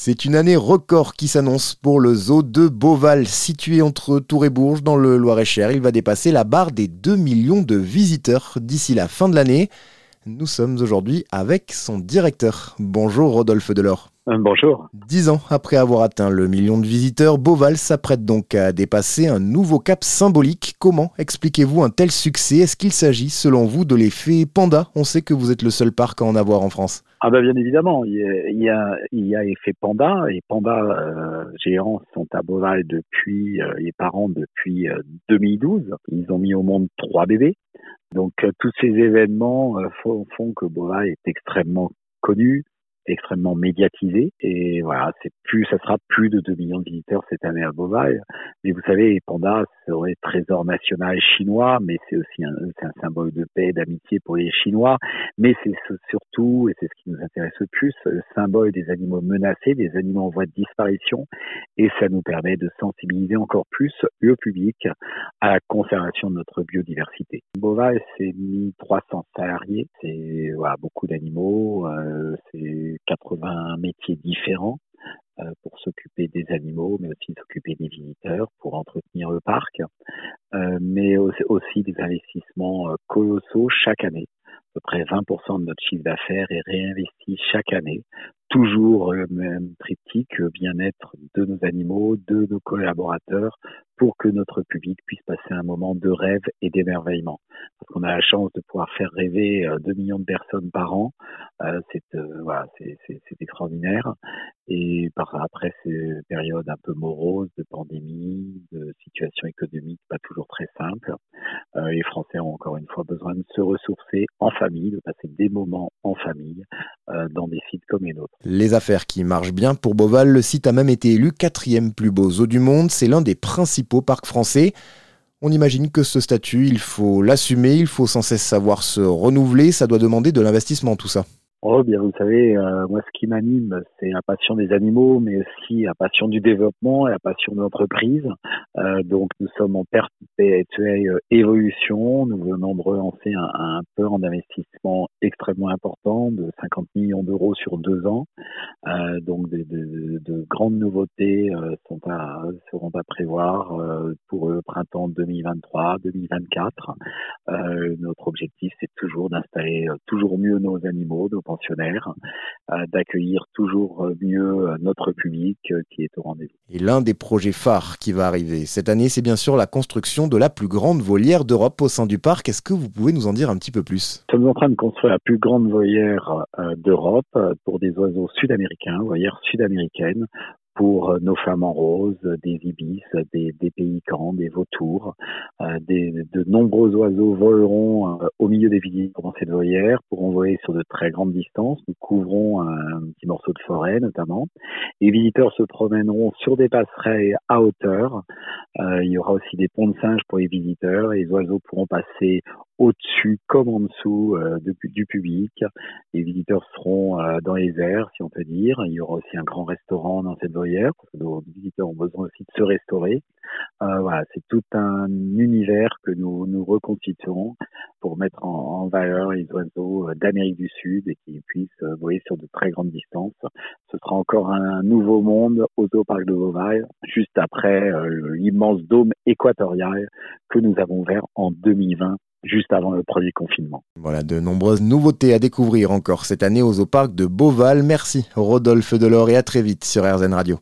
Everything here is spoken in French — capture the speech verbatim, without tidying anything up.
C'est une année record qui s'annonce pour le zoo de Beauval, situé entre Tours et Bourges dans le Loir-et-Cher. Il va dépasser la barre des deux millions de visiteurs d'ici la fin de l'année. Nous sommes aujourd'hui avec son directeur. Bonjour Rodolphe Delors. Euh, bonjour. Dix ans après avoir atteint le million de visiteurs, Beauval s'apprête donc à dépasser un nouveau cap symbolique. Comment expliquez-vous un tel succès ? Est-ce qu'il s'agit, selon vous, de l'effet Panda ? On sait que vous êtes le seul parc à en avoir en France. Ah ben bien évidemment, il y a, il y a, il y a effet Panda, et Panda euh, géants sont à Beauval depuis, euh, les parents depuis euh, deux mille douze. Ils ont mis au monde trois bébés. Donc euh, tous ces événements euh, font, font que Beauval est extrêmement connu, extrêmement médiatisé, et voilà, c'est plus, ça sera plus de deux millions de visiteurs cette année à Beauval. Mais vous savez, Panda serait trésor national chinois, mais c'est aussi un, c'est un symbole de paix, d'amitié pour les Chinois. Mais c'est surtout, et c'est ce qui nous intéresse le plus, le symbole des animaux menacés, des animaux en voie de disparition, et ça nous permet de sensibiliser encore plus le public à la conservation de notre biodiversité. Beauval, c'est mille trois cents salariés, c'est voilà, beaucoup d'animaux, euh, c'est quatre-vingts métiers différents euh, pour s'occuper des animaux, mais aussi s'occuper des visiteurs, pour entretenir le parc, euh, mais aussi, aussi des investissements euh, colossaux chaque année. À peu près vingt pour cent de notre chiffre d'affaires est réinvesti chaque année. Toujours le même triptyque, le bien-être de nos animaux, de nos collaborateurs, pour que notre public puisse passer un moment de rêve et d'émerveillement. Parce qu'on a la chance de pouvoir faire rêver deux millions de personnes par an. Euh, c'est, euh, voilà, c'est, c'est, c'est extraordinaire. Et par après ces périodes un peu moroses de pandémie, de situation économique pas toujours très simple, euh, les Français ont encore une fois besoin de se ressourcer en famille, de passer des moments en famille euh, dans des sites comme les nôtres. Les affaires qui marchent bien pour Beauval, le site a même été élu quatrième plus beau zoo du monde. C'est l'un des principaux parcs français. On imagine que ce statut, il faut l'assumer, il faut sans cesse savoir se renouveler. Ça doit demander de l'investissement, tout ça. Oh bien, vous savez, euh, moi ce qui m'anime, c'est la passion des animaux, mais aussi la passion du développement et la passion de l'entreprise. Euh, donc nous sommes en perpétuelle évolution. Nous venons de relancer un, un plan d'investissement extrêmement important de cinquante millions d'euros sur deux ans. Euh, donc de, de, de grandes nouveautés euh, sont à, seront à prévoir euh, pour le printemps deux mille vingt-trois deux mille vingt-quatre. Euh, notre objectif, c'est toujours d'installer euh, toujours mieux nos animaux, nos pensionnaires, euh, d'accueillir toujours mieux euh, notre public euh, qui est au rendez-vous. Et l'un des projets phares qui va arriver cette année, c'est bien sûr la construction de la plus grande volière d'Europe au sein du parc. Est-ce que vous pouvez nous en dire un petit peu plus ? Nous sommes en train de construire la plus grande volière euh, d'Europe euh, pour des oiseaux sud-américains, volière sud-américaine, pour nos flamants roses, des ibis, des, des pélicans, des vautours. Euh, des, de nombreux oiseaux voleront euh, au milieu des visiteurs dans cette volière, pourront voler sur de très grandes distances. Nous couvrons un, un petit morceau de forêt notamment. Les visiteurs se promèneront sur des passerelles à hauteur. Euh, il y aura aussi des ponts de singes pour les visiteurs. Et les oiseaux pourront passer au-dessus comme en dessous euh, de, du public. Les visiteurs seront euh, dans les airs, si on peut dire. Il y aura aussi un grand restaurant dans cette volière, parce que nos visiteurs ont besoin aussi de se restaurer. Euh, voilà, c'est tout un univers que nous, nous reconstituerons pour mettre en, en valeur les oiseaux d'Amérique du Sud et qu'ils puissent voler sur de très grandes distances. Ce sera encore un nouveau monde au zoo parc de Beauval, juste après euh, l'immense dôme équatorial que nous avons ouvert en deux mille vingt. Juste avant le premier confinement. Voilà, de nombreuses nouveautés à découvrir encore cette année au zoo parc de Beauval. Merci Rodolphe Delors et à très vite sur R Z N Radio.